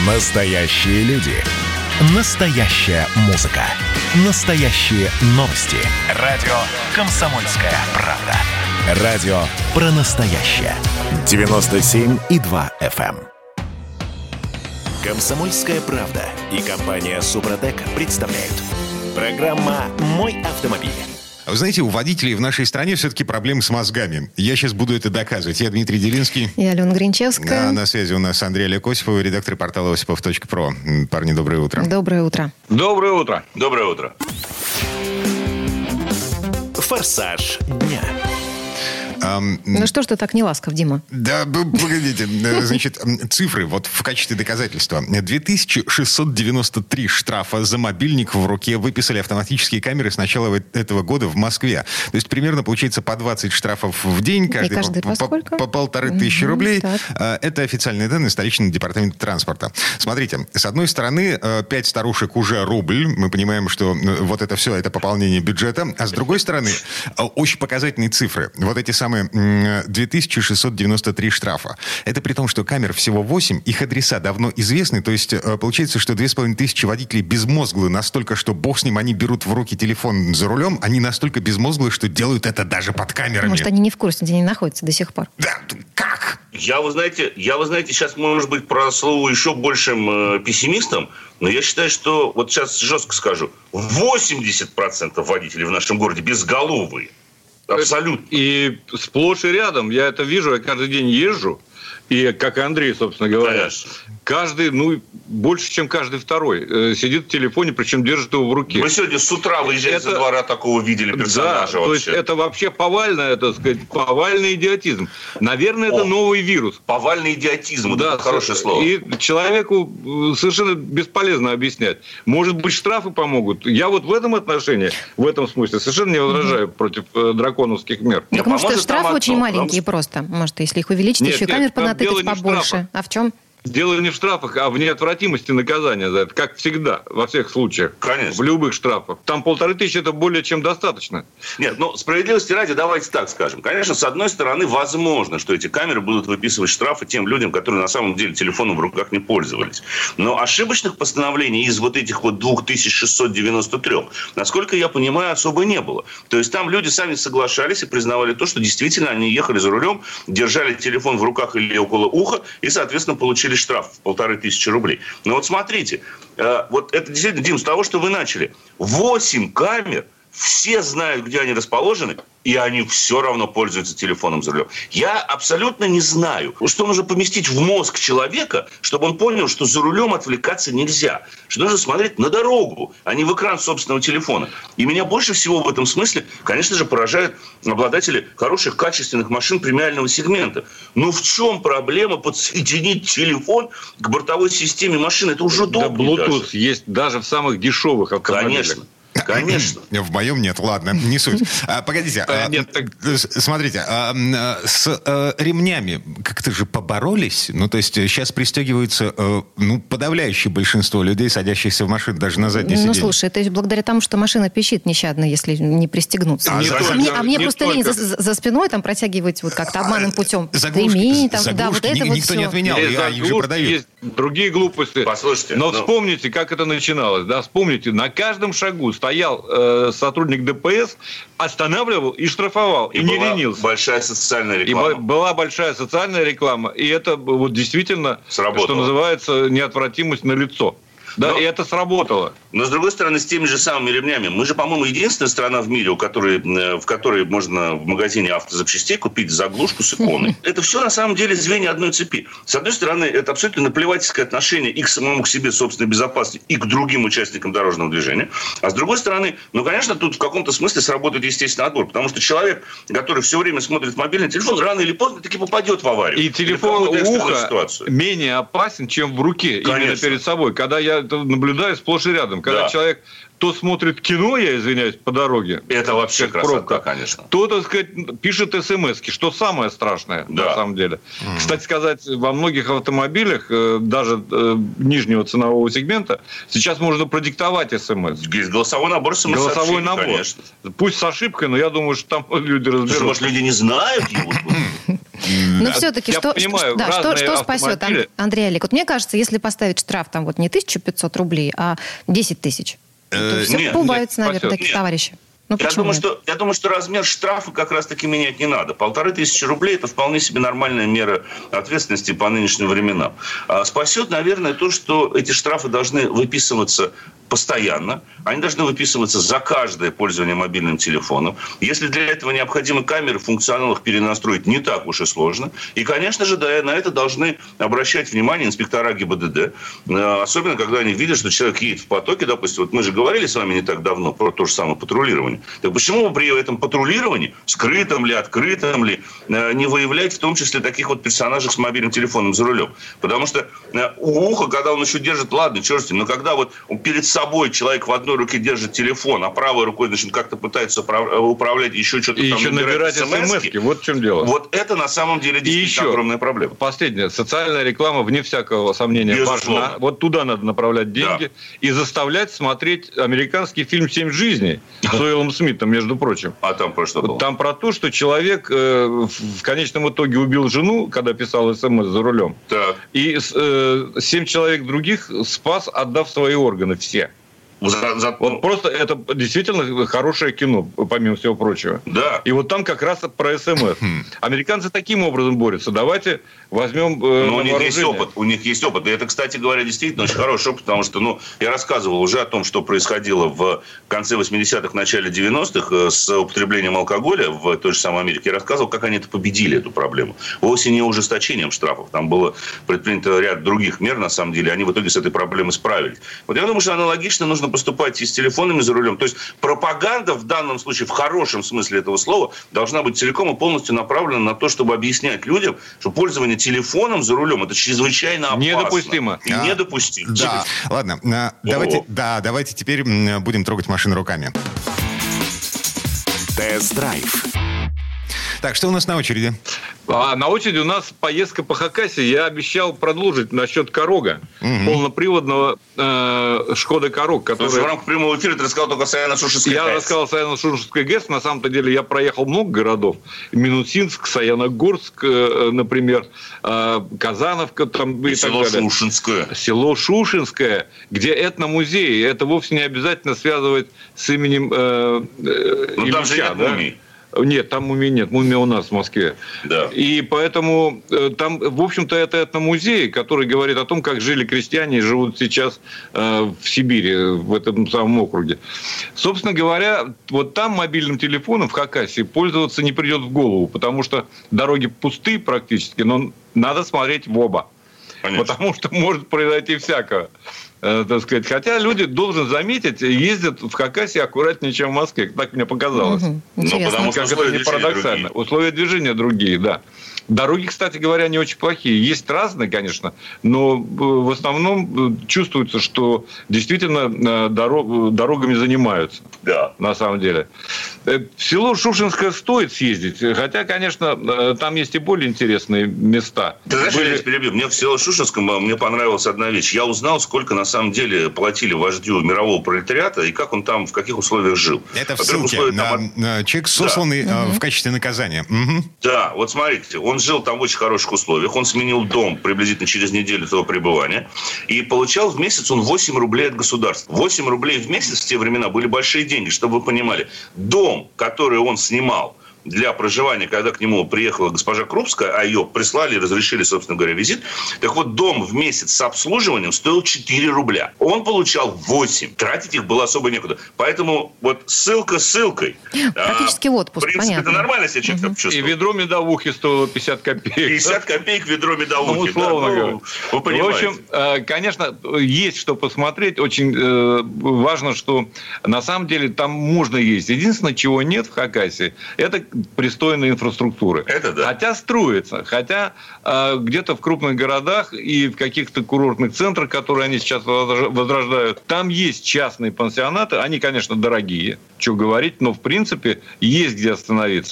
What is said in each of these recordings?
Настоящие люди. Настоящая музыка. Настоящие новости. Радио «Комсомольская правда». Радио про настоящее. 97,2 FM. «Комсомольская правда» и компания «Супротек» представляют. Программа «Мой автомобиль». Вы знаете, у водителей в нашей стране все-таки проблемы с мозгами. Я сейчас буду это доказывать. Я Дмитрий Делинский. Я Алена Гринчевская. А на связи у нас Андрей Олег Осипов, редактор портала осипов.про. Парни, доброе утро. Доброе утро. Доброе утро. Доброе утро. Форсаж дня. Ну что ж ты так не ласков, Дима? Да, погодите. Значит, цифры вот в качестве доказательства. 2693 штрафа за мобильник в руке выписали автоматические камеры с начала этого года в Москве. То есть примерно получается по 20 штрафов в день. Каждый по сколько? По 1500 рублей. Так. Это официальные данные столичного департамента транспорта. Смотрите, с одной стороны, 5 старушек уже рубль. Мы понимаем, что вот это все, это пополнение бюджета. А с другой стороны, очень показательные цифры. Вот эти самые 2693 штрафа. Это при том, что камер всего 8, их адреса давно известны. То есть получается, что 2500 водителей безмозглы настолько, что бог с ним, они берут в руки телефон за рулем, они настолько безмозглы, что делают это даже под камерами. Может, они не в курсе, где они находятся до сих пор. Да, как? Я, вы знаете, сейчас, может быть, прослову еще большим пессимистом, но я считаю, что, вот сейчас жестко скажу, 80% водителей в нашем городе безголовые. Абсолютно. И сплошь и рядом. Я это вижу, я каждый день езжу. И, как Андрей, собственно говоря, Конечно. каждый, больше, чем каждый второй, сидит в телефоне, причем держит его в руке. Мы сегодня с утра, выезжая со двора, такого видели персонажа. Да, то есть это вообще повальный идиотизм. Наверное, это новый вирус. Повальный идиотизм, да, это хорошее слово. И человеку совершенно бесполезно объяснять. Может быть, штрафы помогут. Я вот в этом отношении, в этом смысле, совершенно не возражаю против драконовских мер. Так может, что штрафы очень маленькие просто. Может, если их увеличить, еще камер понатыкать побольше. А в чем? Дело не в штрафах, а в неотвратимости наказания за это. Как всегда, во всех случаях. Конечно. В любых штрафах. Там 1500 это более чем достаточно. Нет, справедливости ради, давайте так скажем. Конечно, с одной стороны, возможно, что эти камеры будут выписывать штрафы тем людям, которые на самом деле телефоном в руках не пользовались. Но ошибочных постановлений из вот этих вот 2693, насколько я понимаю, особо не было. То есть там люди сами соглашались и признавали то, что действительно они ехали за рулем, держали телефон в руках или около уха и, соответственно, получили штраф в 1500 рублей. Но вот смотрите, вот это действительно, Дим, с того, что вы начали. 8 камер, все знают, где они расположены, и они все равно пользуются телефоном за рулем. Я абсолютно не знаю, что нужно поместить в мозг человека, чтобы он понял, что за рулем отвлекаться нельзя. Что нужно смотреть на дорогу, а не в экран собственного телефона. И меня больше всего в этом смысле, конечно же, поражают обладатели хороших, качественных машин премиального сегмента. Но в чем проблема подсоединить телефон к бортовой системе машины? Это уже удобно. Да, Bluetooth есть даже в самых дешевых автомобилях. Конечно. В моем нет, ладно, не суть. Погодите, смотрите, с ремнями как-то же поборолись? То есть сейчас пристегиваются подавляющее большинство людей, садящихся в машину, даже на заднее сиденье. Слушай, это благодаря тому, что машина пищит нещадно, если не пристегнуться. Мне просто лень за спиной там протягивать вот как-то обманным путем. Заглушки, вот это вот никто не отменял, их же продают. Есть другие глупости. Послушайте. Но вспомните, как это начиналось. Да? Вспомните, на каждом шагу стоял сотрудник ДПС, останавливал и штрафовал, и не ленился. Большая социальная реклама. И была большая социальная реклама, и это вот действительно, сработало. Что называется, неотвратимость налицо. Да, и это сработало. Но, с другой стороны, с теми же самыми ремнями. Мы же, по-моему, единственная страна в мире, в которой можно в магазине автозапчастей купить заглушку с иконой. Это все, на самом деле, звенья одной цепи. С одной стороны, это абсолютно наплевательское отношение и к самому к себе собственной безопасности, и к другим участникам дорожного движения. А с другой стороны, конечно, тут в каком-то смысле сработает естественный отбор. Потому что человек, который все время смотрит в мобильный телефон, рано или поздно таки попадет в аварию. И телефон у уха менее опасен, чем в руке. Конечно. Именно перед собой. Когда я наблюдаю сплошь и рядом. Когда человек то смотрит кино, я извиняюсь, по дороге. Это вообще красота, конечно. То, так сказать, пишет смс-ки, что самое страшное, на самом деле. Кстати сказать, во многих автомобилях, даже нижнего ценового сегмента, сейчас можно продиктовать смс. Есть голосовой набор смс-сообщений, голосовой набор. Конечно. Пусть с ошибкой, но я думаю, что там люди разберутся. Может, люди не знают его? Но все-таки что спасет, Андрей Олег? Вот мне кажется, если поставить штраф там вот не 1500 рублей, а 10 тысяч, то все побоятся, наверное, таких товарищей. Я думаю, что размер штрафа как раз-таки менять не надо. 1500 рублей – это вполне себе нормальная мера ответственности по нынешним временам. Спасет, наверное, то, что эти штрафы должны выписываться постоянно. Они должны выписываться за каждое пользование мобильным телефоном. Если для этого необходимы камеры, функционал их перенастроить не так уж и сложно. И, конечно же, на это должны обращать внимание инспектора ГИБДД. Особенно, когда они видят, что человек едет в потоке. Допустим, вот мы же говорили с вами не так давно про то же самое патрулирование. Так почему вы при этом патрулировании, скрытом ли, открытом ли, не выявляете в том числе таких вот персонажей с мобильным телефоном за рулем? Потому что у уха, когда он еще держит, ладно, черт с ним, но когда вот перед собой человек в одной руке держит телефон, а правой рукой, значит, как-то пытается управлять еще что-то и там. еще набирать смс-ки. Вот в чем дело. Вот это на самом деле действительно огромная проблема. Последнее. Социальная реклама, вне всякого сомнения, важна. Вот туда надо направлять деньги и заставлять смотреть американский фильм «7 жизней» с Уиллом Смитом, между прочим. А там про что было? Там про то, что человек в конечном итоге убил жену, когда писал смс за рулем. Так. И 7 человек других спас, отдав свои органы все. Вот просто это действительно хорошее кино, помимо всего прочего. Да. И вот там как раз про СМС. Американцы таким образом борются. Давайте возьмем на вооружение. У них есть опыт. И это, кстати говоря, действительно очень хороший опыт, потому что, я рассказывал уже о том, что происходило в конце 80-х, начале 90-х с употреблением алкоголя в той же самой Америке. Я рассказывал, как они это победили, эту проблему. Вовсе не ужесточением штрафов. Там было предпринято ряд других мер, на самом деле. Они в итоге с этой проблемой справились. Вот я думаю, что аналогично нужно поступать и с телефонами за рулем. То есть пропаганда в данном случае, в хорошем смысле этого слова, должна быть целиком и полностью направлена на то, чтобы объяснять людям, что пользование телефоном за рулем – это чрезвычайно опасно. Недопустимо. И недопустимо. Да, ладно. Давайте теперь будем трогать машину руками. Тест-драйв. Так, что у нас на очереди? На очереди у нас поездка по Хакасии. Я обещал продолжить насчет Корога. Полноприводного Шкода Корог. Который... В рамках прямого эфира ты рассказал только Саяно-Шушенской ГЭС. Я рассказал Саяно-Шушенской ГЭС. На самом-то деле я проехал много городов. Минусинск, Саяногорск, например, Казановка там, и село так далее. Шушенское. Село Шушенское, где этномузей. Это вовсе не обязательно связывать с именем Ильича. Там же нет мумий. Нет, там мумий нет. Мумия у нас в Москве. Да. И поэтому там, в общем-то, это этномузей, который говорит о том, как жили крестьяне и живут сейчас в Сибири, в этом самом округе. Собственно говоря, вот там мобильным телефоном в Хакасии пользоваться не придет в голову, потому что дороги пусты практически, но надо смотреть в оба. Конечно. Потому что может произойти всякое. Так сказать. Хотя люди, должен заметить, ездят в Хакасии аккуратнее, чем в Москве. Так мне показалось. Потому что это не парадоксально. Условия движения другие, да. Дороги, кстати говоря, не очень плохие. Есть разные, конечно, но в основном чувствуется, что действительно дорогами занимаются. Да. На самом деле. В село Шушенское стоит съездить. Хотя, конечно, там есть и более интересные места. Ты знаешь, я перебью. Мне в село Шушенском мне понравилась одна вещь. Я узнал, сколько на самом деле платили вождю мирового пролетариата и как он там, в каких условиях жил. Это в ссылке. Человек сосланный в качестве наказания. Да, вот смотрите, он жил там в очень хороших условиях. Он сменил дом приблизительно через неделю своего пребывания. И получал в месяц он 8 рублей от государства. 8 рублей в месяц в те времена были большие деньги, чтобы вы понимали. Дом, который он снимал для проживания, когда к нему приехала госпожа Крупская, а ее прислали и разрешили, собственно говоря, визит. Так вот, дом в месяц с обслуживанием стоил 4 рубля. Он получал 8. Тратить их было особо некуда. Поэтому вот ссылка ссылкой. Практически отпуск, в принципе, понятно. это нормально себя человек так чувствует. И ведро медовухи стоило 50 копеек. 50 копеек ведро медовухи. Условно говоря. Вы понимаете. В общем, конечно, есть что посмотреть. Очень важно, что на самом деле там можно ездить. Единственное, чего нет в Хакасии, это пристойной инфраструктуры. Это да. Хотя строится. Хотя где-то в крупных городах и в каких-то курортных центрах, которые они сейчас возрождают, там есть частные пансионаты. Они, конечно, дорогие, что говорить, но в принципе есть где остановиться.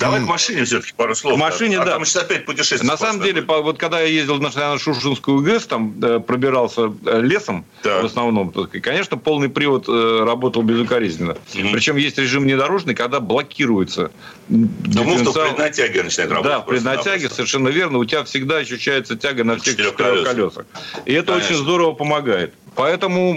Давай к машине все-таки пару слов. К машине, да. Там сейчас опять путешествие. На самом деле, вот когда я ездил на Шушинскую ГЭС, там пробирался лесом в основном, конечно, полный привод работал безукоризненно. Причем есть режим внедорожный, когда блокируется дифференциал. В преднатяге начинает работать. Да, в преднатяге, совершенно верно. У тебя всегда ощущается тяга на всех 4 колесах. И это очень здорово помогает. Поэтому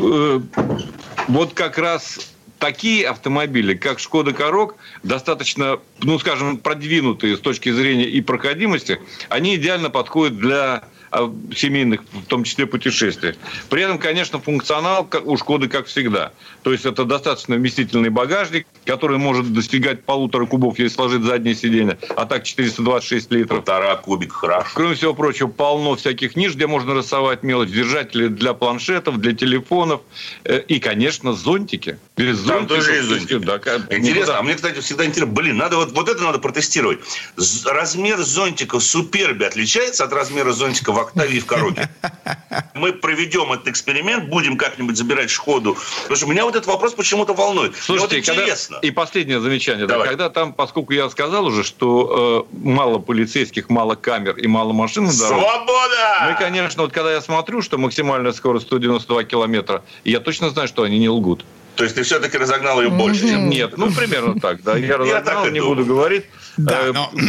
вот как раз такие автомобили, как «Шкода Корок», достаточно, скажем, продвинутые с точки зрения и проходимости, они идеально подходят для семейных, в том числе путешествий. При этом, конечно, функционал у «Шкоды» как всегда. То есть это достаточно вместительный багажник, который может достигать 1,5 кубов, если сложить заднее сиденье, а так 426 литров. 1,5 кубика, хорошо. Кроме всего прочего, полно всяких ниш, где можно рассовать мелочь, держатели для планшетов, для телефонов и, конечно, зонтики. Без там тоже есть зонтики. Да, интересно, а мне, кстати, всегда интересно, надо вот это надо протестировать. Размер зонтика в Супербе отличается от размера зонтика в Октавии в Короке? Мы проведем этот эксперимент, будем как-нибудь забирать «Шкоду». Потому что меня вот этот вопрос почему-то волнует. Слушайте, интересно. И последнее замечание. Да, когда там, поскольку я сказал уже, что мало полицейских, мало камер и мало машин на дороге. Свобода! Мы, конечно, вот когда я смотрю, что максимальная скорость 192 километра, я точно знаю, что они не лгут. То есть ты все-таки разогнал ее больше? Нет, примерно так. Да. Я разогнал, не буду говорить. Да,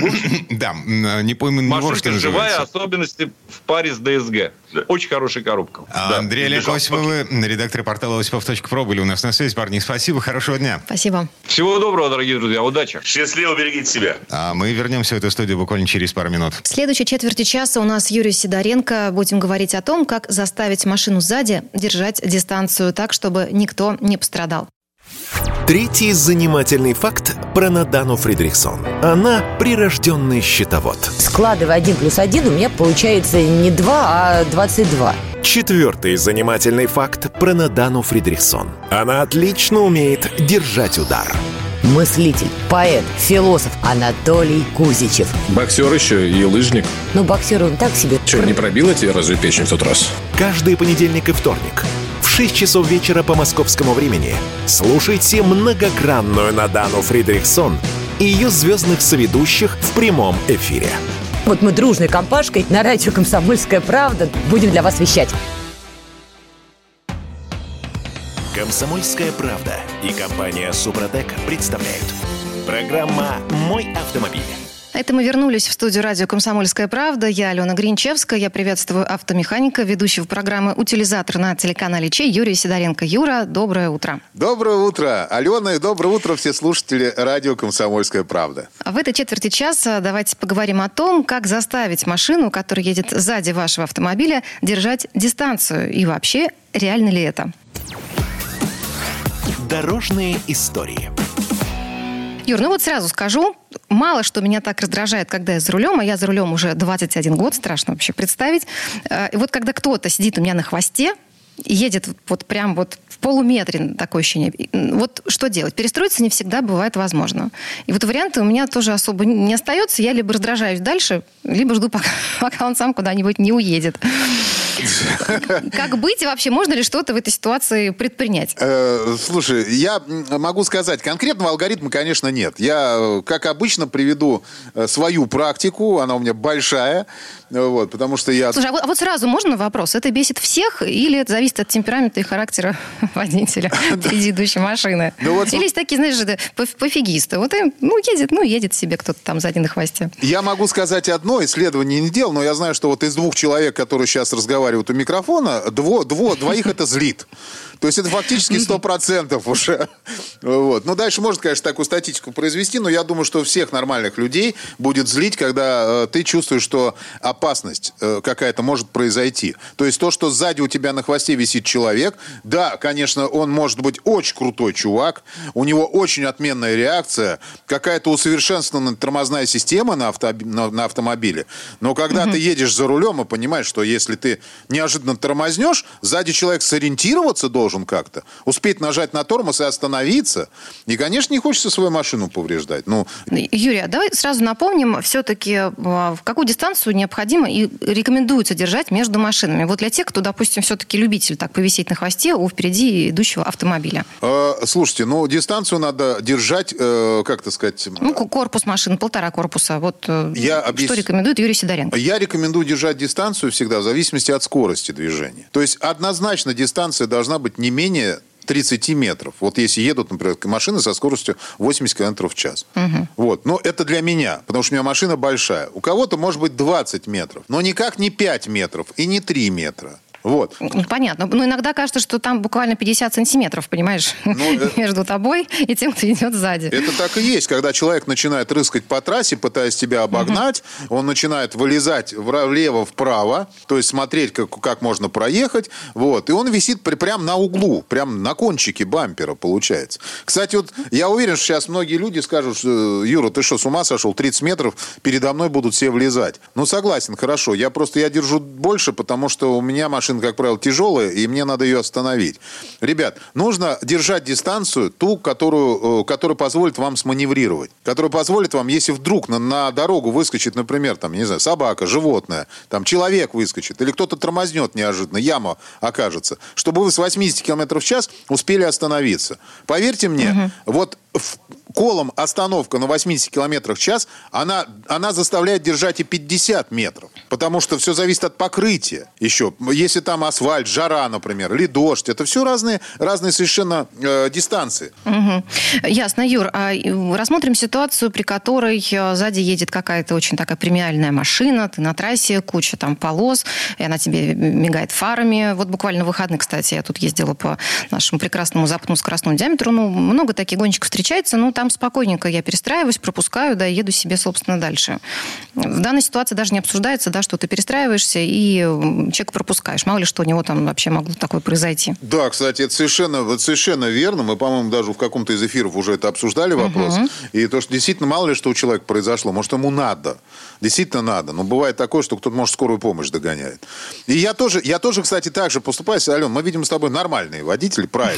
не пойму, не вор, что называется. Живая, особенности в паре с ДСГ. Очень хорошая коробка. Андрей Олег Осиповы, редактор портала Осипов.про, были у нас на связи. Парни, спасибо, хорошего дня. Спасибо. Всего доброго, дорогие друзья, удачи. Счастливо, берегите себя. А мы вернемся в эту студию буквально через пару минут. В следующей четверти часа у нас Юрий Сидоренко. Будем говорить о том, как заставить машину сзади держать дистанцию так, чтобы никто не пострадал. Третий занимательный факт про Надану Фридрихсон. Она прирожденный счетовод. Складывая 1 + 1, у меня получается не 2, а 22. Четвертый занимательный факт про Надану Фридрихсон. Она отлично умеет держать удар. Мыслитель, поэт, философ Анатолий Кузичев. Боксер еще и лыжник. Боксер он так себе. Что, не пробило тебе разве печень в тот раз? Каждый понедельник и вторник в 6 часов вечера по московскому времени слушайте многогранную Надану Фридрихсон и ее звездных соведущих в прямом эфире. Вот мы дружной компашкой на радио «Комсомольская правда» будем для вас вещать. «Комсомольская правда» и компания «Супротек» представляют. Программа «Мой автомобиль». Это мы вернулись в студию радио «Комсомольская правда». Я Алена Гринчевская. Я приветствую автомеханика, ведущего программы «Утилизатор» на телеканале ЧЕ Юрия Сидоренко. Юра, доброе утро. Доброе утро, Алена, и доброе утро все слушатели радио «Комсомольская правда». В этой четверти часа давайте поговорим о том, как заставить машину, которая едет сзади вашего автомобиля, держать дистанцию. И вообще, реально ли это? Дорожные истории. Юр, сразу скажу, мало что меня так раздражает, когда я за рулем, а я за рулем уже 21 год, страшно вообще представить. И вот когда кто-то сидит у меня на хвосте, едет прям в полуметре, такое ощущение. Вот что делать? Перестроиться не всегда бывает возможно. И варианты у меня тоже особо не остается. Я либо раздражаюсь дальше, либо жду, пока он сам куда-нибудь не уедет. Как быть и вообще? Можно ли что-то в этой ситуации предпринять? Слушай, я могу сказать, конкретного алгоритма, конечно, нет. Я, как обычно, приведу свою практику. Она у меня большая. Потому что я... Слушай, а вот сразу можно вопрос? Это бесит всех или это зависит от темперамента и характера водителя впереди идущей машины? Или есть такие, знаешь, пофигисты. Едет себе кто-то там сзади на хвосте. Я могу сказать одно, исследование не делал, но я знаю, что из 2 человек, которые сейчас разговаривают у микрофона, двоих это злит. То есть это фактически 100% уже. Дальше можно, конечно, такую статистику произвести, но я думаю, что всех нормальных людей будет злить, когда ты чувствуешь, что опасность какая-то может произойти. То есть то, что сзади у тебя на хвосте висит человек, да, конечно, он может быть очень крутой чувак, у него очень отменная реакция, какая-то усовершенствованная тормозная система на автомобиле, но когда ты едешь за рулем и понимаешь, что если ты неожиданно тормознешь, сзади человек сориентироваться должен, должен как-то. Успеть нажать на тормоз и остановиться. И, конечно, не хочется свою машину повреждать. Юрий, а давай сразу напомним, все-таки в какую дистанцию необходимо и рекомендуется держать между машинами. Вот для тех, кто, допустим, все-таки любитель так повисеть на хвосте у впереди идущего автомобиля. Слушайте, дистанцию надо держать, как-то сказать... Корпус машины, 1,5 корпуса. Вот что рекомендует Юрий Сидоренко? Я рекомендую держать дистанцию всегда в зависимости от скорости движения. То есть однозначно дистанция должна быть не менее 30 метров. Вот если едут, например, машины со скоростью 80 км в час. Угу. Но это для меня, потому что у меня машина большая. У кого-то может быть 20 метров, но никак не 5 метров и не 3 метра. Вот. Понятно. Но иногда кажется, что там буквально 50 сантиметров, понимаешь, между тобой и тем, кто идет сзади. Это так и есть. Когда человек начинает рыскать по трассе, пытаясь тебя обогнать, он начинает вылезать влево-вправо, то есть смотреть, как можно проехать. Вот. И он висит прямо на углу, прямо на кончике бампера, получается. Кстати, вот я уверен, что сейчас многие люди скажут, что, Юра, ты что, с ума сошел? 30 метров, передо мной будут все влезать. Согласен, хорошо. Я держу больше, потому что у меня машина, как правило, тяжелая, и мне надо ее остановить. Ребят, нужно держать дистанцию, ту, которая позволит вам сманеврировать. Которая позволит вам, если вдруг на дорогу выскочит, например, собака, животное, человек выскочит, или кто-то тормознет неожиданно, яма окажется, чтобы вы с 80 км в час успели остановиться. Поверьте мне, колом остановка на 80 км в час, она заставляет держать и 50 метров. Потому что все зависит от покрытия еще. Если там асфальт, жара, например, или дождь. Это все разные совершенно дистанции. Угу. Ясно, Юр. Рассмотрим ситуацию, при которой сзади едет какая-то очень такая премиальная машина, ты на трассе, куча полос, и она тебе мигает фарами. Вот буквально в выходные, кстати, я тут ездила по нашему прекрасному западному скоростному диаметру. Много таких гонщиков встречается, там спокойненько я перестраиваюсь, пропускаю, еду себе, собственно, дальше. В данной ситуации даже не обсуждается, что ты перестраиваешься и человека пропускаешь. Мало ли, что у него там вообще могло такое произойти. Да, кстати, это совершенно верно. Мы, по-моему, даже в каком-то из эфиров уже это обсуждали вопрос. И то, что действительно мало ли, что у человека произошло. Может, ему надо. Действительно надо. Но бывает такое, что кто-то, может, скорую помощь догоняет. И я тоже, кстати, так же поступаю. Ален, мы видим с тобой нормальные водители, правильно.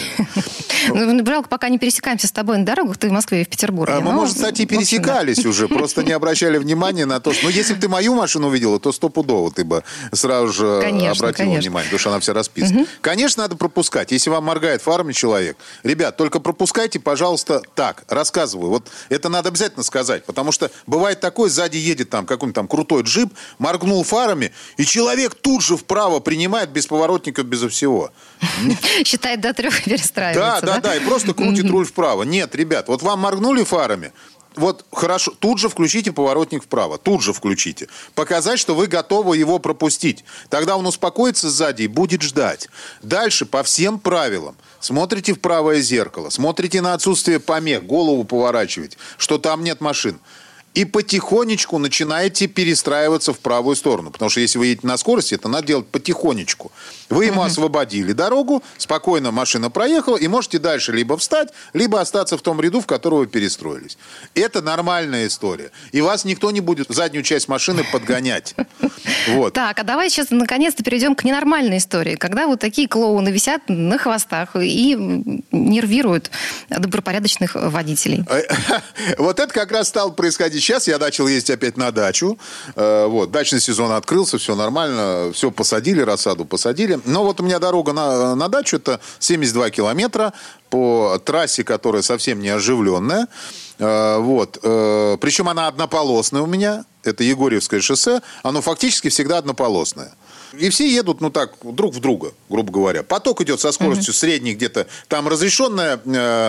Жалко, пока не пересекаемся с тобой на дорогах, ты в Москве и в Петербурге. Мы, может, кстати, и пересекались уже, просто не обращали внимания на то, что... если бы ты мою машину видела, то стопудово ты бы сразу же обратила внимание, потому что она вся расписана. Конечно, надо пропускать. Если вам моргает фарами человек, ребят, только пропускайте, пожалуйста, так, рассказываю. Вот это надо обязательно сказать, потому что бывает такое, сзади едет какой-нибудь крутой джип, моргнул фарами, и человек тут же вправо принимает без поворотников, безо всего. Считает до 3 и перестраивается, да, и просто крутит руль вправо. Нет, ребят, вот вам моргнули фарами, хорошо, тут же включите поворотник вправо, тут же включите. Показать, что вы готовы его пропустить. Тогда он успокоится сзади и будет ждать. Дальше по всем правилам. Смотрите в правое зеркало, смотрите на отсутствие помех, голову поворачиваете, что там нет машин. И потихонечку начинаете перестраиваться в правую сторону. Потому что если вы едете на скорости, это надо делать потихонечку. Вы ему освободили дорогу, спокойно машина проехала, и можете дальше либо встать, либо остаться в том ряду, в который вы перестроились. Это нормальная история. И вас никто не будет заднюю часть машины подгонять. Так, а давай сейчас наконец-то перейдем к ненормальной истории. Когда такие клоуны висят на хвостах и нервируют добропорядочных водителей. Вот это как раз стало происходить. Сейчас я начал ездить опять на дачу. Дачный сезон открылся, все нормально. Все посадили, рассаду посадили. Но у меня дорога на дачу, это 72 километра по трассе, которая совсем не оживленная. Причем она однополосная у меня. Это Егорьевское шоссе. Оно фактически всегда однополосное. И все едут, друг в друга, грубо говоря. Поток идет со скоростью средней где-то. Там разрешенная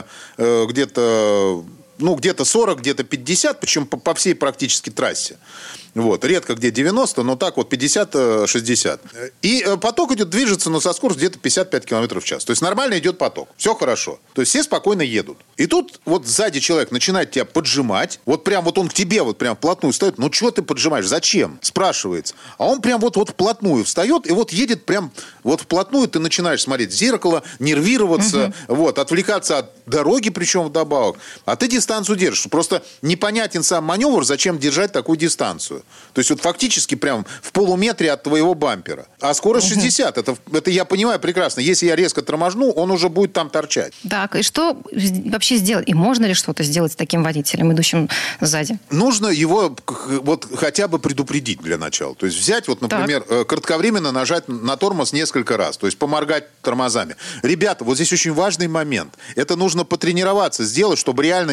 где-то 40, где-то 50, причем по всей практически трассе. Редко где 90, но так 50-60. И поток движется, но со скоростью где-то 55 км в час. То есть нормально идет поток. Все хорошо. То есть все спокойно едут. И тут сзади человек начинает тебя поджимать. Он к тебе прям вплотную встает. Что ты поджимаешь? Зачем? Спрашивается. А он прям вплотную встает и едет прям вплотную. Ты начинаешь смотреть в зеркало, нервироваться, отвлекаться от дороги, причем вдобавок. А ты дистанцию держишь. Просто непонятен сам маневр, зачем держать такую дистанцию. ситуацию. То есть вот фактически прям в полуметре от твоего бампера. А скорость 60. Это я понимаю прекрасно. Если я резко торможну, он уже будет там торчать. Так, и что вообще сделать? И можно ли что-то сделать с таким водителем, идущим сзади? Нужно его вот хотя бы предупредить для начала. То есть взять, вот, например, кратковременно нажать на тормоз несколько раз. То есть поморгать тормозами. Ребята, вот здесь очень важный момент. Это нужно потренироваться, сделать, чтобы реально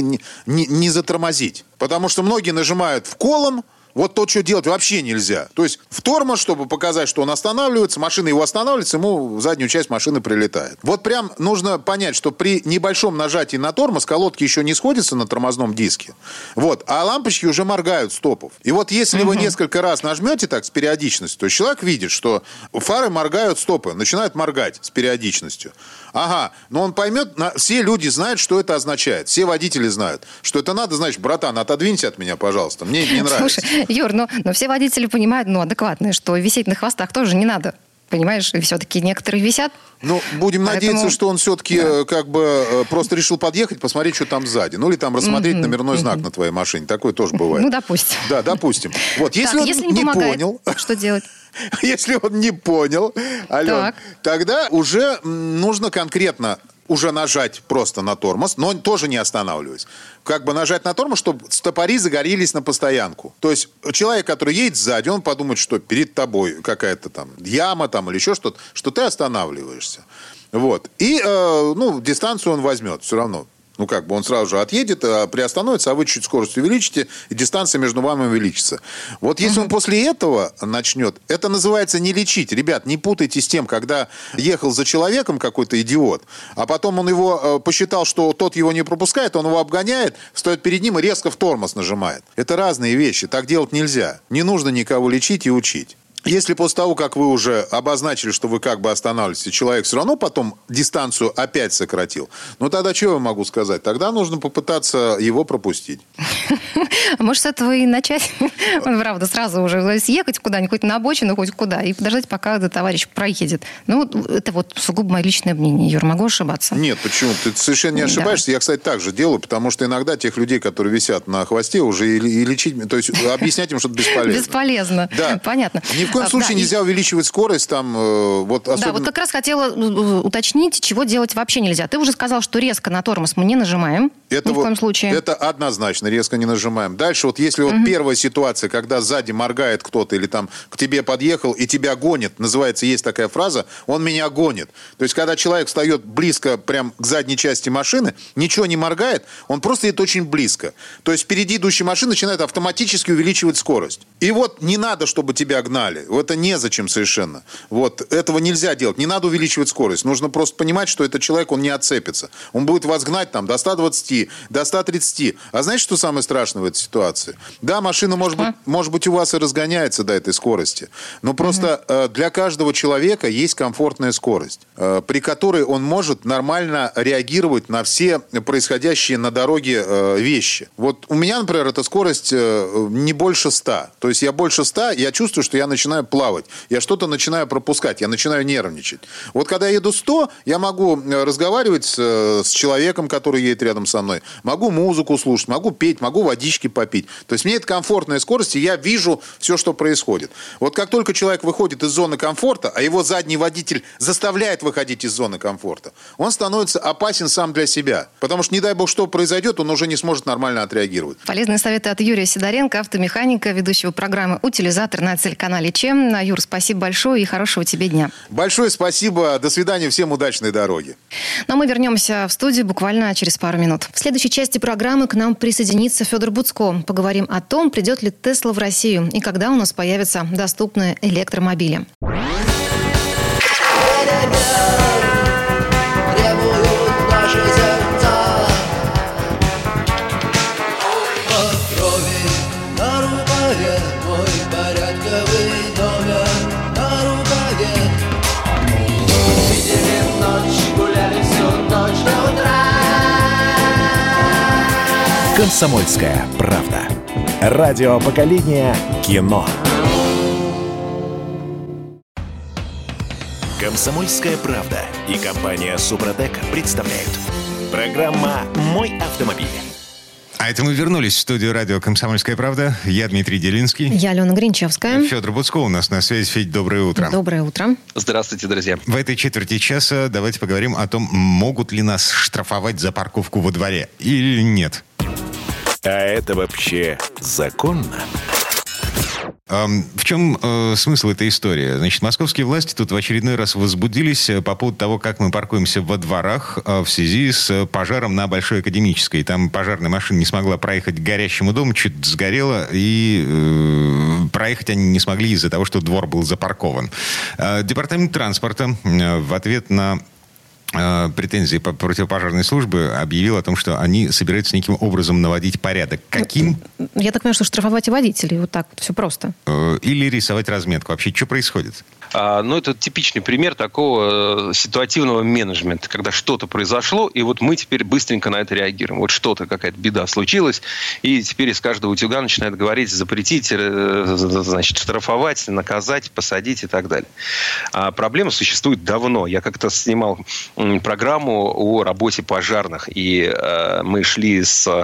не затормозить. Потому что многие нажимают в колом. Вот то, что делать вообще нельзя. То есть в тормоз, чтобы показать, что он останавливается, машина его останавливается, ему в заднюю часть машины прилетает. Вот прям нужно понять, что при небольшом нажатии на тормоз колодки еще не сходятся на тормозном диске. Вот, а лампочки уже моргают стопов. И вот если вы несколько раз нажмете так с периодичностью, то человек видит, что фары моргают стопы, начинают моргать с периодичностью. Ага, но он поймет, все люди знают, что это означает. Все водители знают, что это надо, значит, братан, отодвинься от меня, пожалуйста, мне не нравится. Слушай, Юр, но все водители понимают, адекватные, что висеть на хвостах тоже не надо. Понимаешь, и все-таки некоторые висят. Ну, будем надеяться, что он все-таки как бы просто решил подъехать, посмотреть, что там сзади. Ну, или там рассмотреть номерной знак на твоей машине. Такое тоже бывает. Ну, допустим. Да, допустим. Вот, если он не понял... Что делать? Если он не понял, Ален, тогда уже нужно конкретно уже нажать просто на тормоз, но тоже не останавливаясь. Как бы нажать на тормоз, чтобы стопори загорелись на постоянку. То есть человек, который едет сзади, он подумает, что перед тобой какая-то там яма там, или еще что-то, что ты останавливаешься. Вот. И дистанцию он возьмет все равно. Ну, как бы он сразу же отъедет, приостановится, а вы чуть скорость увеличите, и дистанция между вами увеличится. Вот если он после этого начнет, это называется не лечить. Ребят, не путайте с тем, когда ехал за человеком какой-то идиот, а потом он его посчитал, что тот его не пропускает, он его обгоняет, стоит перед ним и резко в тормоз нажимает. Это разные вещи, так делать нельзя. Не нужно никого лечить и учить. Если после того, как вы уже обозначили, что вы как бы останавливаетесь, человек все равно потом дистанцию опять сократил, ну тогда что я могу сказать? Тогда нужно попытаться его пропустить. Может, с этого и начать? Правда, сразу уже съехать куда-нибудь, хоть на обочину, хоть куда, и подождать, пока товарищ проедет. Ну, это вот сугубо мое личное мнение. Юр, могу ошибаться? Нет, почему? Ты совершенно не ошибаешься. Да. Я, кстати, так же делаю, потому что иногда тех людей, которые висят на хвосте, уже и лечить, то есть объяснять им что-то бесполезно. Бесполезно. Да. Понятно. Ни в коем случае нельзя увеличивать скорость там. Особенно... Да, вот как раз хотела уточнить, чего делать вообще нельзя. Ты уже сказал, что резко на тормоз мы не нажимаем. Это ни в коем случае. Это однозначно, резко не нажимаем. Дальше вот если вот первая ситуация, когда сзади моргает кто-то или там к тебе подъехал и тебя гонит, называется, есть такая фраза, он меня гонит. То есть когда человек встает близко прям к задней части машины, ничего не моргает, он просто едет очень близко. То есть впереди идущая машина начинает автоматически увеличивать скорость. И вот не надо, чтобы тебя гнали. Это незачем совершенно. Вот этого нельзя делать. Не надо увеличивать скорость. Нужно просто понимать, что этот человек, он не отцепится. Он будет вас гнать там до 120, до 130. А знаете, что самое страшное в этой ситуации? Да, машина, может быть, у вас и разгоняется до этой скорости. Но просто для каждого человека есть комфортная скорость, при которой он может нормально реагировать на все происходящие на дороге вещи. Вот у меня, например, эта скорость не больше 100. То есть я больше 100, я чувствую, что я начинаю плавать. Я что-то начинаю пропускать, я начинаю нервничать. Вот когда я еду 100, я могу разговаривать с человеком, который едет рядом со мной. Могу музыку слушать, могу петь, могу водички попить. То есть мне это комфортная скорость, и я вижу все, что происходит. Вот как только человек выходит из зоны комфорта, а его задний водитель заставляет выходить из зоны комфорта, он становится опасен сам для себя. Потому что, не дай бог, что произойдет, он уже не сможет нормально отреагировать. Полезные советы от Юрия Сидоренко, автомеханика, ведущего программы «Утилизатор» на телеканале ЧЕМ. Юр, спасибо большое и хорошего тебе дня. Большое спасибо. До свидания. Всем удачной дороги. Ну а мы вернемся в студию буквально через пару минут. В следующей части программы к нам присоединится Федор Буцко. Поговорим о том, придет ли Тесла в Россию и когда у нас появятся доступные электромобили. «Комсомольская правда». Радио поколения кино. «Комсомольская правда» и компания «Супротек» представляют. Программа «Мой автомобиль». А это мы вернулись в студию радио «Комсомольская правда». Я Дмитрий Делинский. Я Алена Гринчевская. Федор Буцко у нас на связи. Федь, доброе утро. Доброе утро. Здравствуйте, друзья. В этой четверти часа давайте поговорим о том, могут ли нас штрафовать за парковку во дворе или нет. А это вообще законно? В чем смысл этой истории? Значит, московские власти тут в очередной раз возбудились по поводу того, как мы паркуемся во дворах в связи с пожаром на Большой Академической. Там пожарная машина не смогла проехать к горящему дому, чуть сгорела, и проехать они не смогли из-за того, что двор был запаркован. Департамент транспорта в ответ на претензии по противопожарной службы объявил о том, что они собираются неким образом наводить порядок. Каким? Я так понимаю, что штрафовать и водителей. Вот так вот все просто. Или рисовать разметку. Вообще, что происходит? Это типичный пример такого ситуативного менеджмента, когда что-то произошло, и вот мы теперь быстренько на это реагируем. Вот что-то, какая-то беда случилась, и теперь из каждого утюга начинают говорить, запретить, значит, штрафовать, наказать, посадить и так далее. А проблема существует давно. Я как-то снимал программу о работе пожарных, и мы шли с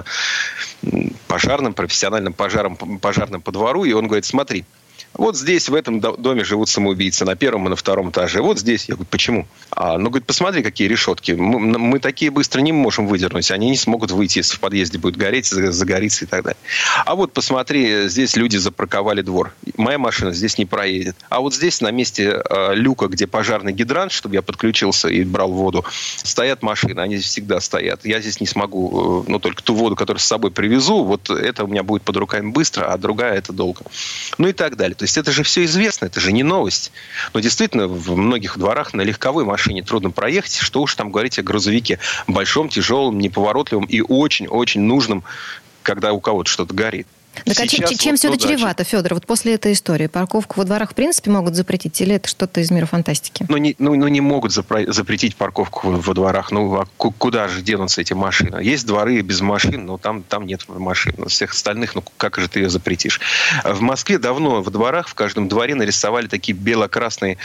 пожарным, профессиональным пожарным по двору, и он говорит, смотри, вот здесь, в этом доме живут самоубийцы, на первом и на втором этаже. Вот здесь. Я говорю, почему? Говорит, посмотри, какие решетки. Мы такие быстро не можем выдернуть. Они не смогут выйти, если в подъезде будет гореть, загорится и так далее. А вот посмотри, здесь люди запарковали двор. Моя машина здесь не проедет. А вот здесь, на месте люка, где пожарный гидрант, чтобы я подключился и брал воду, стоят машины. Они здесь всегда стоят. Я здесь не смогу, только ту воду, которую с собой привезу, вот это у меня будет под руками быстро, а другая это долго. И так далее. То есть это же все известно, это же не новость. Но действительно, в многих дворах на легковой машине трудно проехать. Что уж там говорить о грузовике. Большом, тяжелом, неповоротливом и очень-очень нужном, когда у кого-то что-то горит. Так а чем все это чревато, Федор? Вот после этой истории парковку во дворах в принципе могут запретить? Или это что-то из мира фантастики? Не могут запретить парковку во дворах. Куда же денутся эти машины? Есть дворы без машин, но там нет машин. Всех остальных, как же ты ее запретишь? В Москве давно во дворах, в каждом дворе нарисовали такие бело-красные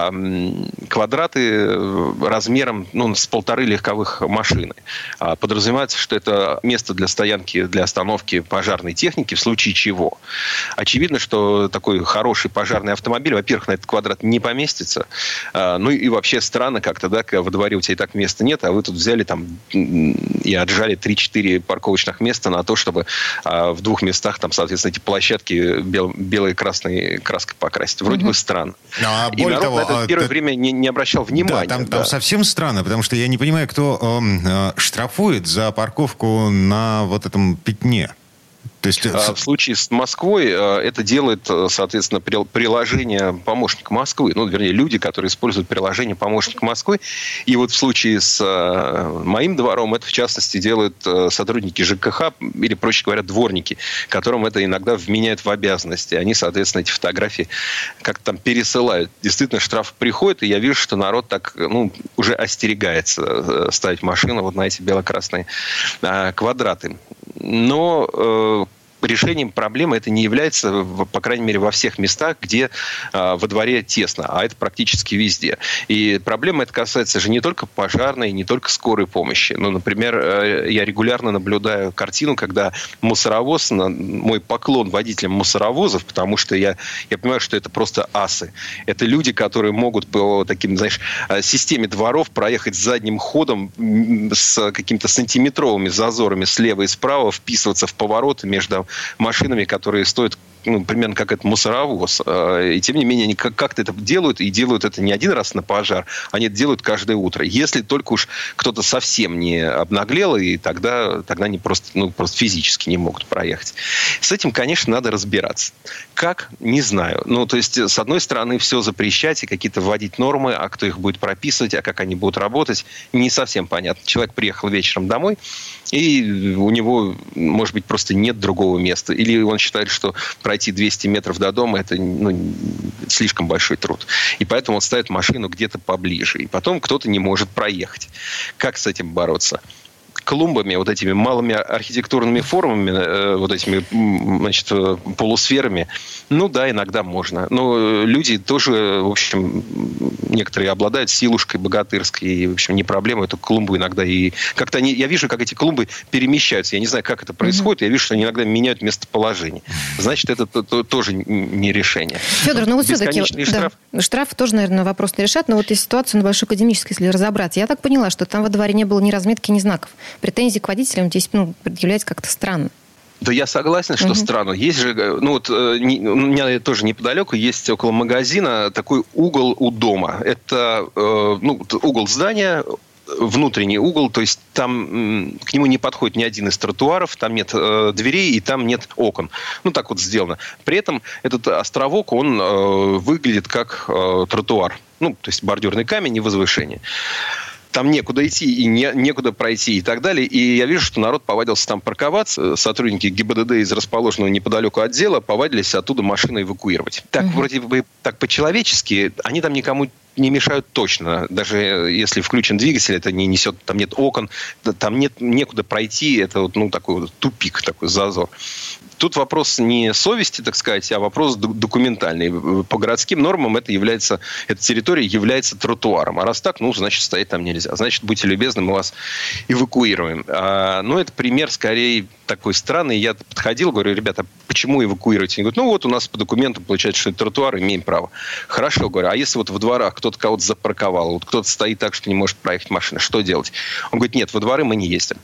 квадраты размером с 1,5 легковых машины. Подразумевается, что это место для стоянки, для остановки пожарной техники, в случае чего. Очевидно, что такой хороший пожарный автомобиль, во-первых, на этот квадрат не поместится. И вообще странно как-то, да, когда во дворе у тебя и так места нет, а вы тут взяли там и отжали 3-4 парковочных места на то, чтобы в 2 местах там, соответственно, эти площадки белой и красной краской покрасить. Вроде бы странно. И народ на это в первое время не обращал внимания. Там совсем странно, потому что я не понимаю, кто штрафует за парковку на вот этом пятне. То есть... В случае с Москвой это делает, соответственно, приложение «Помощник Москвы». Вернее, люди, которые используют приложение «Помощник Москвы». И вот в случае с моим двором это, в частности, делают сотрудники ЖКХ, или, проще говоря, дворники, которым это иногда вменяют в обязанности. Они, соответственно, эти фотографии как-то там пересылают. Действительно, штраф приходит, и я вижу, что народ так уже остерегается ставить машину вот на эти бело-красные квадраты. Но решением проблемы это не является, по крайней мере, во всех местах, где во дворе тесно, а это практически везде. И проблема эта касается же не только пожарной, не только скорой помощи. Например, я регулярно наблюдаю картину, когда мусоровоз, мой поклон водителям мусоровозов, потому что я понимаю, что это просто асы. Это люди, которые могут по таким, системе дворов проехать задним ходом с какими-то сантиметровыми зазорами слева и справа, вписываться в повороты между машинами, которые стоят примерно как этот мусоровоз. И тем не менее, они как-то это делают, и делают это не один раз на пожар, они это делают каждое утро. Если только уж кто-то совсем не обнаглел, и тогда они просто физически не могут проехать. С этим, конечно, надо разбираться. Как? Не знаю. То есть, с одной стороны, все запрещать и какие-то вводить нормы, а кто их будет прописывать, а как они будут работать, не совсем понятно. Человек приехал вечером домой, и у него, может быть, просто нет другого места. Или он считает, что пройти 200 метров до дома – это слишком большой труд. И поэтому он ставит машину где-то поближе. И потом кто-то не может проехать. Как с этим бороться? клумбами, вот этими малыми архитектурными формами, вот этими, значит, полусферами, ну да, иногда можно. Но люди тоже, в общем, некоторые обладают силушкой богатырской, и, в общем, не проблема эту клумбу иногда. И как-то я вижу, как эти клумбы перемещаются. Я не знаю, как это происходит. Я вижу, что они иногда меняют местоположение. Значит, это тоже не решение. Федор, ну вот все-таки штраф тоже, наверное, вопрос не решат, но вот и ситуацию на Большой Академической, если разобрать, я так поняла, что там во дворе не было ни разметки, ни знаков. Претензии к водителям здесь предъявлять как-то странно. Да, я согласен, что странно. Есть же, у меня тоже неподалеку есть около магазина такой угол у дома. Это угол здания, внутренний угол, то есть там к нему не подходит ни один из тротуаров, там нет дверей и там нет окон. Ну, так вот сделано. При этом этот островок, он выглядит как тротуар. Ну, то есть бордюрный камень и возвышение. Там некуда идти и некуда пройти и так далее. И я вижу, что народ повадился там парковаться. Сотрудники ГИБДД из расположенного неподалеку отдела повадились оттуда машины эвакуировать. Так, вроде бы, так по-человечески, они там никому не мешают точно. Даже если включен двигатель, это не несет, там нет окон, там некуда пройти. Это вот, такой вот тупик, такой зазор. Тут вопрос не совести, так сказать, а вопрос документальный. По городским нормам эта территория является тротуаром. А раз так, значит, стоять там нельзя. Значит, будьте любезны, мы вас эвакуируем. Это пример скорее такой странный. Я подходил, говорю, ребята, почему эвакуируете? Они говорят, у нас по документам получается, что это тротуар, имеем право. Хорошо, говорю, а если вот во дворах кто-то кого-то запарковал, вот кто-то стоит так, что не может проехать машина, что делать? Он говорит, нет, во дворы мы не ездим.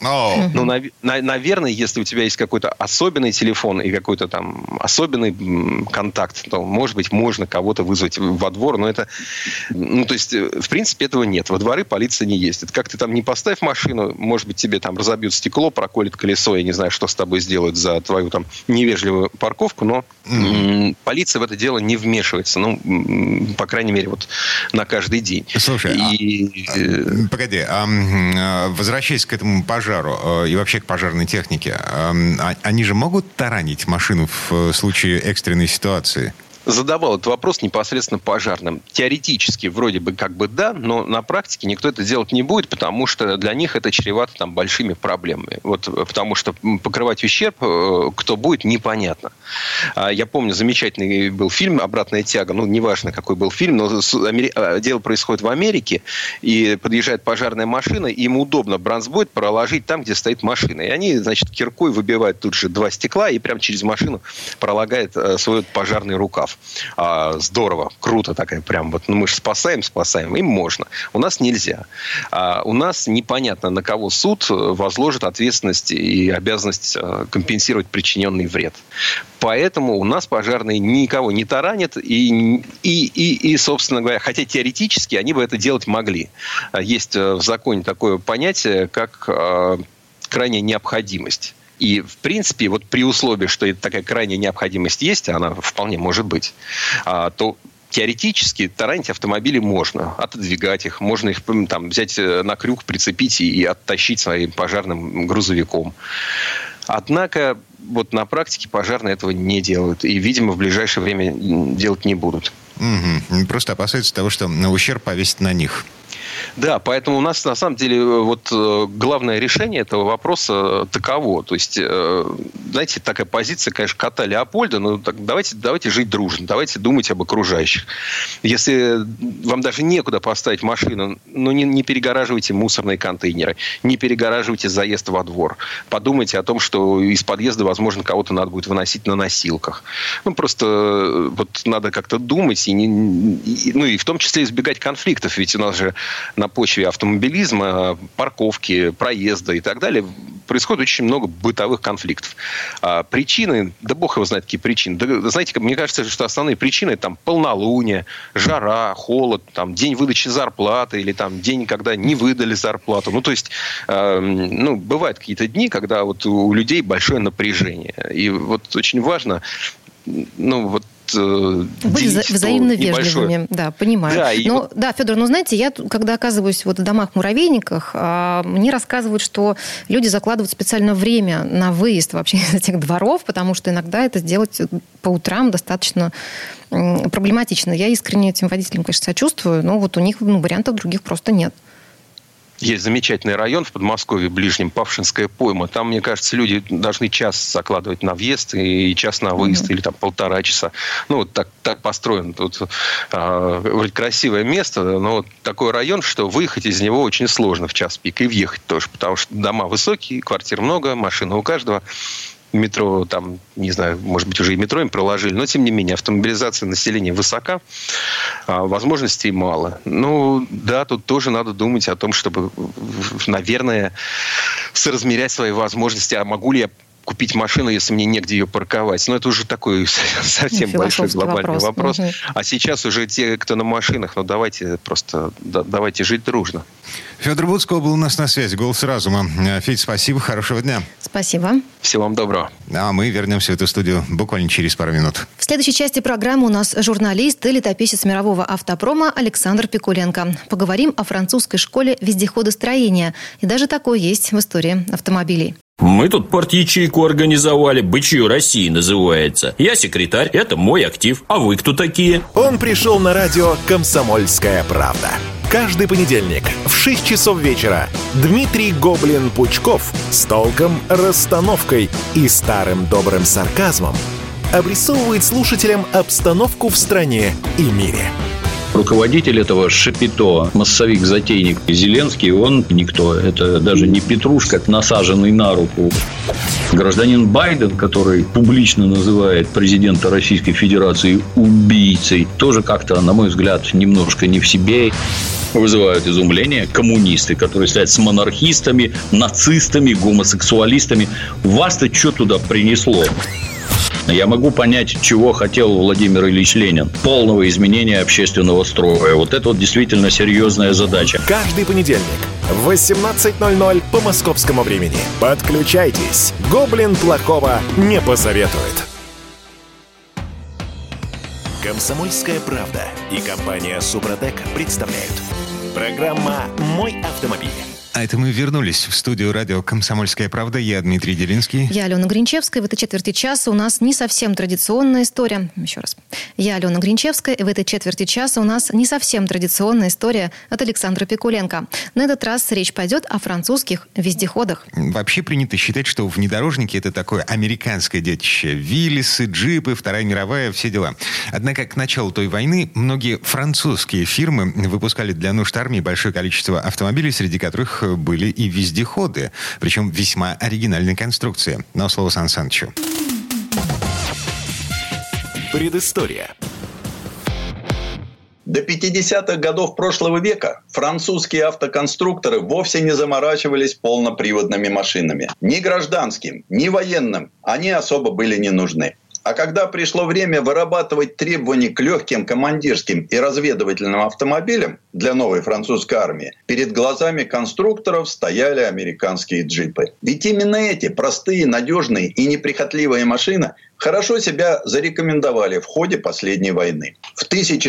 Наверное, если у тебя есть какой-то особенный телефон и какой-то там особенный контакт, то, может быть, можно кого-то вызвать во двор, но это... то есть, в принципе, этого нет. Во дворы полиция не ездит. Как ты там не поставь машину, может быть, тебе там разобьют стекло, проколят колесо, я не знаю, что с тобой сделают за твою там невежливую парковку, но полиция в это дело не вмешивается. По крайней мере, вот на каждый день. Слушай, погоди, возвращаясь к этому пожару и вообще к пожарной технике, они же могут таранить машину в случае экстренной ситуации? Задавал этот вопрос непосредственно пожарным. Теоретически вроде бы да, но на практике никто это делать не будет, потому что для них это чревато там большими проблемами. Потому что покрывать ущерб кто будет, непонятно. Я помню, замечательный был фильм «Обратная тяга». Неважно, какой был фильм, но дело происходит в Америке, и подъезжает пожарная машина, и им удобно бронзбойт проложить там, где стоит машина. И они, значит, киркой выбивают тут же 2 стекла и прямо через машину пролагает свой пожарный рукав. Здорово, круто такая прям мы же спасаем, им можно. У нас нельзя. У нас непонятно, на кого суд возложит ответственность и обязанность компенсировать причиненный вред. Поэтому у нас пожарные никого не таранят и, собственно говоря, хотя теоретически они бы это делать могли. Есть в законе такое понятие, как крайняя необходимость. И, в принципе, при условии, что такая крайняя необходимость есть, она вполне может быть, то теоретически таранить автомобили можно, отодвигать их, можно их там взять на крюк, прицепить и оттащить своим пожарным грузовиком. Однако на практике пожарные этого не делают. И, видимо, в ближайшее время делать не будут. Просто опасаются того, что ущерб повесит на них. Да, поэтому у нас, на самом деле, главное решение этого вопроса таково. То есть, знаете, такая позиция, конечно, кота Леопольда, давайте жить дружно, давайте думать об окружающих. Если вам даже некуда поставить машину, не перегораживайте мусорные контейнеры, не перегораживайте заезд во двор. Подумайте о том, что из подъезда, возможно, кого-то надо будет выносить на носилках. Просто надо как-то думать, и в том числе избегать конфликтов, ведь у нас же на почве автомобилизма, парковки, проезда и так далее происходит очень много бытовых конфликтов. Причины, да бог его знает, какие причины. Да, знаете, мне кажется, что основные причины там полнолуние, жара, холод, там, день выдачи зарплаты или там день, когда не выдали зарплату. То есть, бывают какие-то дни, когда у людей большое напряжение. И очень важно, быть взаимно вежливыми, да, понимаю. Да, Федор, знаете, я, когда оказываюсь в домах-муравейниках, мне рассказывают, что люди закладывают специально время на выезд вообще из этих дворов, потому что иногда это сделать по утрам достаточно проблематично. Я искренне этим водителям, конечно, сочувствую, но у них вариантов других просто нет. Есть замечательный район в Подмосковье, ближнем, Павшинская пойма. Там, мне кажется, люди должны час закладывать на въезд и час на выезд, или там 1,5 часа. Ну, вот так построено. Тут вроде красивое место, но вот такой район, что выехать из него очень сложно в час пик. И въехать тоже, потому что дома высокие, квартир много, машина у каждого. Метро, там, не знаю, может быть, уже и метро им проложили, но, тем не менее, автомобилизация населения высока, возможностей мало. Ну, да, тут тоже надо думать о том, чтобы, наверное, соразмерять свои возможности. А могу ли я купить машину, если мне негде ее парковать? Но это уже такой совсем большой глобальный вопрос. А сейчас уже те, кто на машинах, давайте жить дружно. Федор Буцко был у нас на связи, «Голос разума». Федь, спасибо, хорошего дня. Спасибо. Всего вам доброго. А мы вернемся в эту студию буквально через пару минут. В следующей части программы у нас журналист и летописец мирового автопрома Александр Пикуленко. Поговорим о французской школе вездеходостроения. И даже такое есть в истории автомобилей. Мы тут парт-ячейку организовали, «Бычью России» называется. Я секретарь, это мой актив. А вы кто такие? Он пришел на радио «Комсомольская правда». Каждый понедельник в 6 часов вечера Дмитрий Гоблин-Пучков с толком, расстановкой и старым добрым сарказмом обрисовывает слушателям обстановку в стране и мире. Руководитель этого шапито, массовик-затейник Зеленский, он никто. Это даже не петрушка, насаженный на руку. Гражданин Байден, который публично называет президента Российской Федерации убийцей, тоже как-то, на мой взгляд, немножко не в себе. Вызывают изумление коммунисты, которые стоят с монархистами, нацистами, гомосексуалистами. Вас-то что туда принесло? Я могу понять, чего хотел Владимир Ильич Ленин. Полного изменения общественного строя. Вот это вот действительно серьезная задача. Каждый понедельник в 18:00 по московскому времени. Подключайтесь. Гоблин плохого не посоветует. «Комсомольская правда» и компания «Супротек» представляют. Программа «Мой автомобиль». А это мы вернулись в студию радио «Комсомольская правда». Я Дмитрий Делинский. Я Алена Гринчевская. В этой четверти часа у нас не совсем традиционная история. Еще раз. Я Алена Гринчевская. И в этой четверти часа у нас не совсем традиционная история от Александра Пикуленко. На этот раз речь пойдет о французских вездеходах. Вообще принято считать, что внедорожники – это такое американское детище. Виллисы, джипы, Вторая мировая, все дела. Однако к началу той войны многие французские фирмы выпускали для нужд армии большое количество автомобилей, среди которых были и вездеходы, причем весьма оригинальной конструкции. Но слово Сан Санычу. Предыстория. До 50-х годов прошлого века французские автоконструкторы вовсе не заморачивались полноприводными машинами. Ни гражданским, ни военным они особо были не нужны. А когда пришло время вырабатывать требования к легким командирским и разведывательным автомобилям для новой французской армии, перед глазами конструкторов стояли американские джипы. Ведь именно эти простые, надежные и неприхотливые машины хорошо себя зарекомендовали в ходе последней войны. В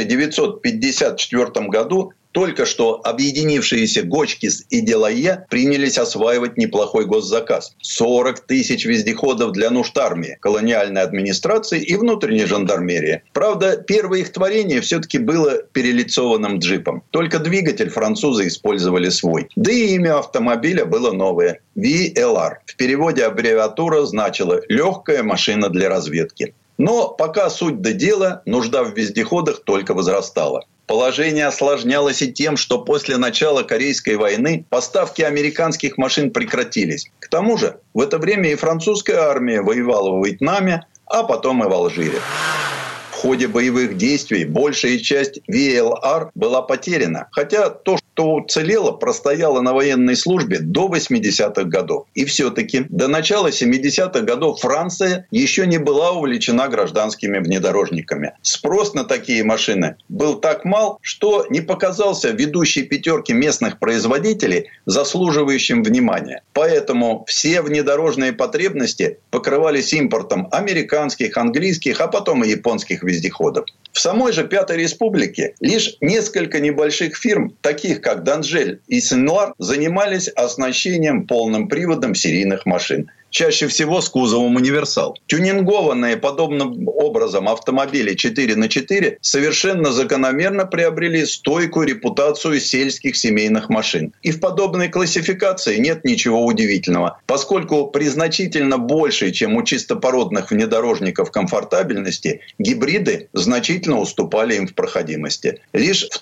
1954 году только что объединившиеся Гочкис и Делайе принялись осваивать неплохой госзаказ. 40 тысяч вездеходов для нужд армии, колониальной администрации и внутренней жандармерии. Правда, первое их творение все-таки было перелицованным джипом. Только двигатель французы использовали свой. Да и имя автомобиля было новое – VLR. В переводе аббревиатура значила «легкая машина для разведки». Но пока суть до дела, нужда в вездеходах только возрастала. Положение осложнялось и тем, что после начала Корейской войны поставки американских машин прекратились. К тому же в это время и французская армия воевала в Вьетнаме, а потом и в Алжире. В ходе боевых действий большая часть VLR была потеряна, хотя то, что уцелело, простояло на военной службе до 80-х годов. И все-таки до начала 70-х годов Франция еще не была увлечена гражданскими внедорожниками. Спрос на такие машины был так мал, что не показался ведущей пятерке местных производителей заслуживающим внимания. Поэтому все внедорожные потребности покрывались импортом американских, английских, а потом и японских вездеходов. В самой же Пятой Республике лишь несколько небольших фирм, таких как Данжель и Сенлар, занимались оснащением полным приводом серийных машин. чаще всего с кузовом универсал. Тюнингованные подобным образом автомобили 4х4 совершенно закономерно приобрели стойкую репутацию сельских семейных машин. И в подобной классификации нет ничего удивительного, поскольку при значительно большей, чем у чистопородных внедорожников комфортабельности, гибриды значительно уступали им в проходимости. Лишь в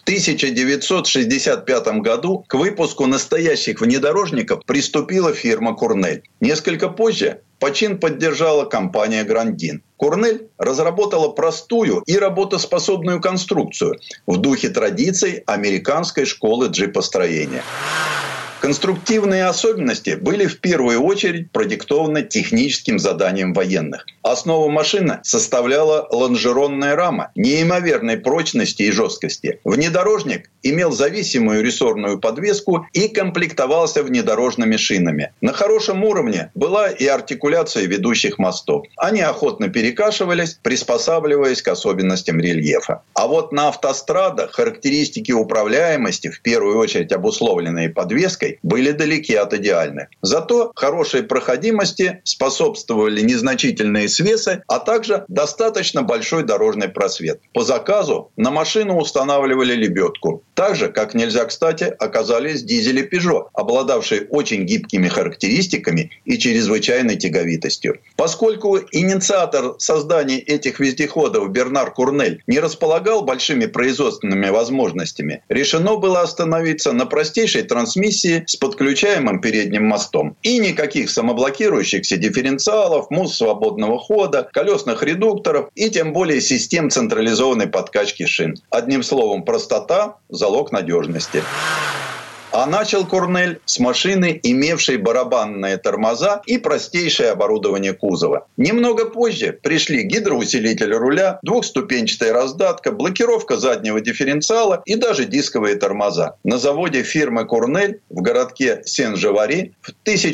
1965 году к выпуску настоящих внедорожников приступила фирма «Корнель». Несколько позже почин поддержала компания «Грандин». «Корнель» разработала простую и работоспособную конструкцию в духе традиций американской школы джипостроения. Конструктивные особенности были в первую очередь продиктованы техническим заданием военных. Основу машины составляла лонжеронная рама неимоверной прочности и жесткости. Внедорожник имел зависимую рессорную подвеску и комплектовался внедорожными шинами. На хорошем уровне была и артикуляция ведущих мостов. Они охотно перекашивались, приспосабливаясь к особенностям рельефа. А вот на автострадах характеристики управляемости, в первую очередь обусловленные подвеской, были далеки от идеальных. Зато хорошей проходимости способствовали незначительные свесы, а также достаточно большой дорожный просвет. По заказу на машину устанавливали лебедку. Так же, как нельзя кстати, оказались дизели Peugeot, обладавшие очень гибкими характеристиками и чрезвычайной тяговитостью. Поскольку инициатор создания этих вездеходов Бернар Курнель не располагал большими производственными возможностями, решено было остановиться на простейшей трансмиссии с подключаемым передним мостом. И никаких самоблокирующихся дифференциалов, муз свободного хода, колесных редукторов и тем более систем централизованной подкачки шин. Одним словом, простота – залог надежности. А начал Корнель с машины, имевшей барабанные тормоза и простейшее оборудование кузова. Немного позже пришли гидроусилитель руля, двухступенчатая раздатка, блокировка заднего дифференциала и даже дисковые тормоза. На заводе фирмы Корнель в городке Сен-Живари в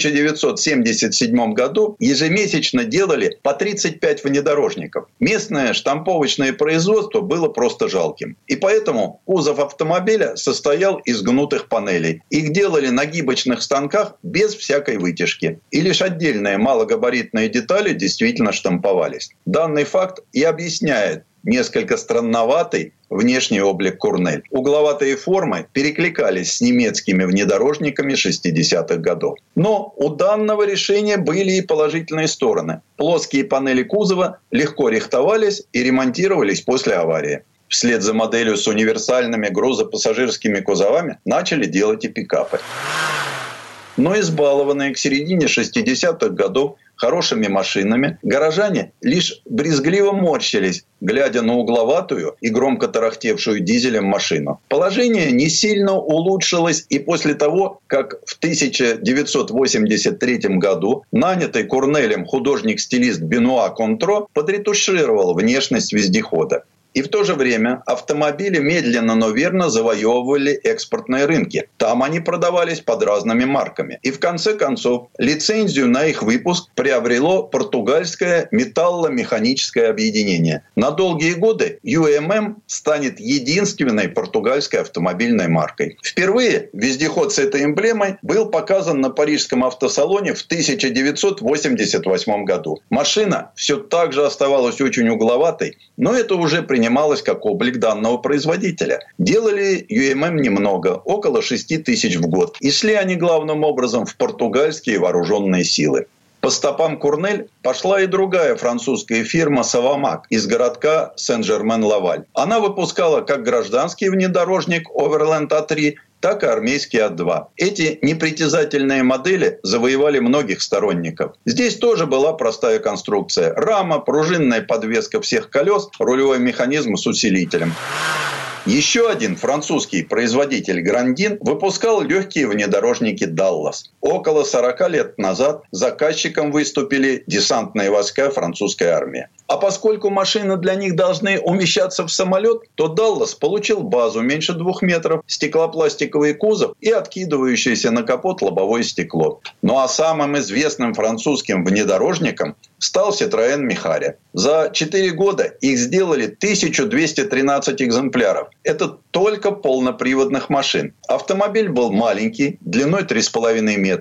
1977 году ежемесячно делали по 35 внедорожников. Местное штамповочное производство было просто жалким. И поэтому кузов автомобиля состоял из гнутых панелей. Их делали на гибочных станках без всякой вытяжки. И лишь отдельные малогабаритные детали действительно штамповались. Данный факт и объясняет несколько странноватый внешний облик Корнель. Угловатые формы перекликались с немецкими внедорожниками 60-х годов. Но у данного решения были и положительные стороны. Плоские панели кузова легко рихтовались и ремонтировались после аварии. Вслед за моделью с универсальными грузопассажирскими кузовами начали делать и пикапы. Но избалованные к середине 60-х годов хорошими машинами, горожане лишь брезгливо морщились, глядя на угловатую и громко тарахтевшую дизелем машину. Положение не сильно улучшилось и после того, как в 1983 году нанятый Корнелем художник-стилист Бенуа Контро подретушировал внешность вездехода. И в то же время автомобили медленно, но верно завоевывали экспортные рынки. Там они продавались под разными марками. И в конце концов лицензию на их выпуск приобрело португальское металломеханическое объединение. На долгие годы UMM станет единственной португальской автомобильной маркой. Впервые вездеход с этой эмблемой был показан на парижском автосалоне в 1988 году. Машина все так же оставалась очень угловатой, но это уже принималось как облик данного производителя. Делали UMM немного, около 6 тысяч в год. И шли они главным образом в португальские вооруженные силы. По стопам Корнель пошла и другая французская фирма «Савамак» из городка Сен-Жермен-Лаваль. Она выпускала как гражданский внедорожник Overland A3, так и армейский А2. Эти непритязательные модели завоевали многих сторонников. Здесь тоже была простая конструкция. Рама, пружинная подвеска всех колес, рулевой механизм с усилителем. Еще один французский производитель «Грандин» выпускал легкие внедорожники «Даллас». Около 40 лет назад заказчиком выступили десантные войска французской армии. А поскольку машины для них должны умещаться в самолет, то «Даллас» получил базу меньше 2 метров, стеклопластиковый кузов и откидывающееся на капот лобовое стекло. Ну а самым известным французским внедорожником стал Citroën Mehari. За 4 года их сделали 1213 экземпляров. Это только полноприводных машин. Автомобиль был маленький, длиной 3,5 метра,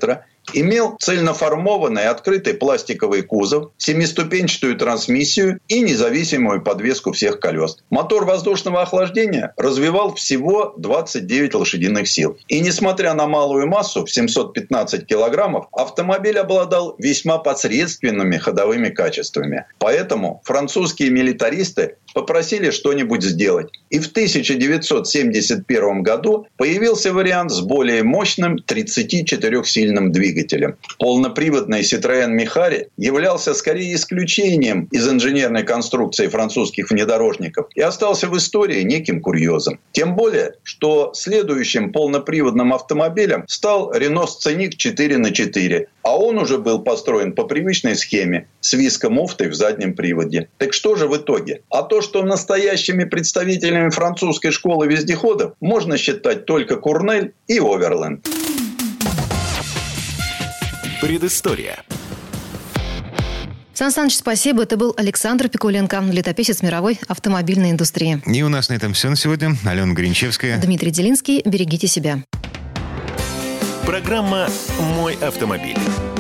Имел цельноформованный открытый пластиковый кузов, семиступенчатую трансмиссию и независимую подвеску всех колес. Мотор воздушного охлаждения развивал всего 29 лошадиных сил. И несмотря на малую массу в 715 килограммов, автомобиль обладал весьма посредственными ходовыми качествами. Поэтому французские милитаристы попросили что-нибудь сделать. И в 1971 году появился вариант с более мощным 34-сильным двигателем. Полноприводный Citroën Mehari являлся скорее исключением из инженерной конструкции французских внедорожников и остался в истории неким курьезом. Тем более, что следующим полноприводным автомобилем стал Renault Scenic 4x4, а он уже был построен по привычной схеме с вискомуфтой в заднем приводе. Так что же в итоге? А то, что настоящими представителями французской школы вездеходов можно считать только Курнель и Оверленд. Предыстория. Сан Саныч, спасибо. Это был Александр Пикуленко, летописец мировой автомобильной индустрии. И у нас на этом все на сегодня. Алена Гринчевская. Дмитрий Делинский. Берегите себя. Программа «Мой автомобиль».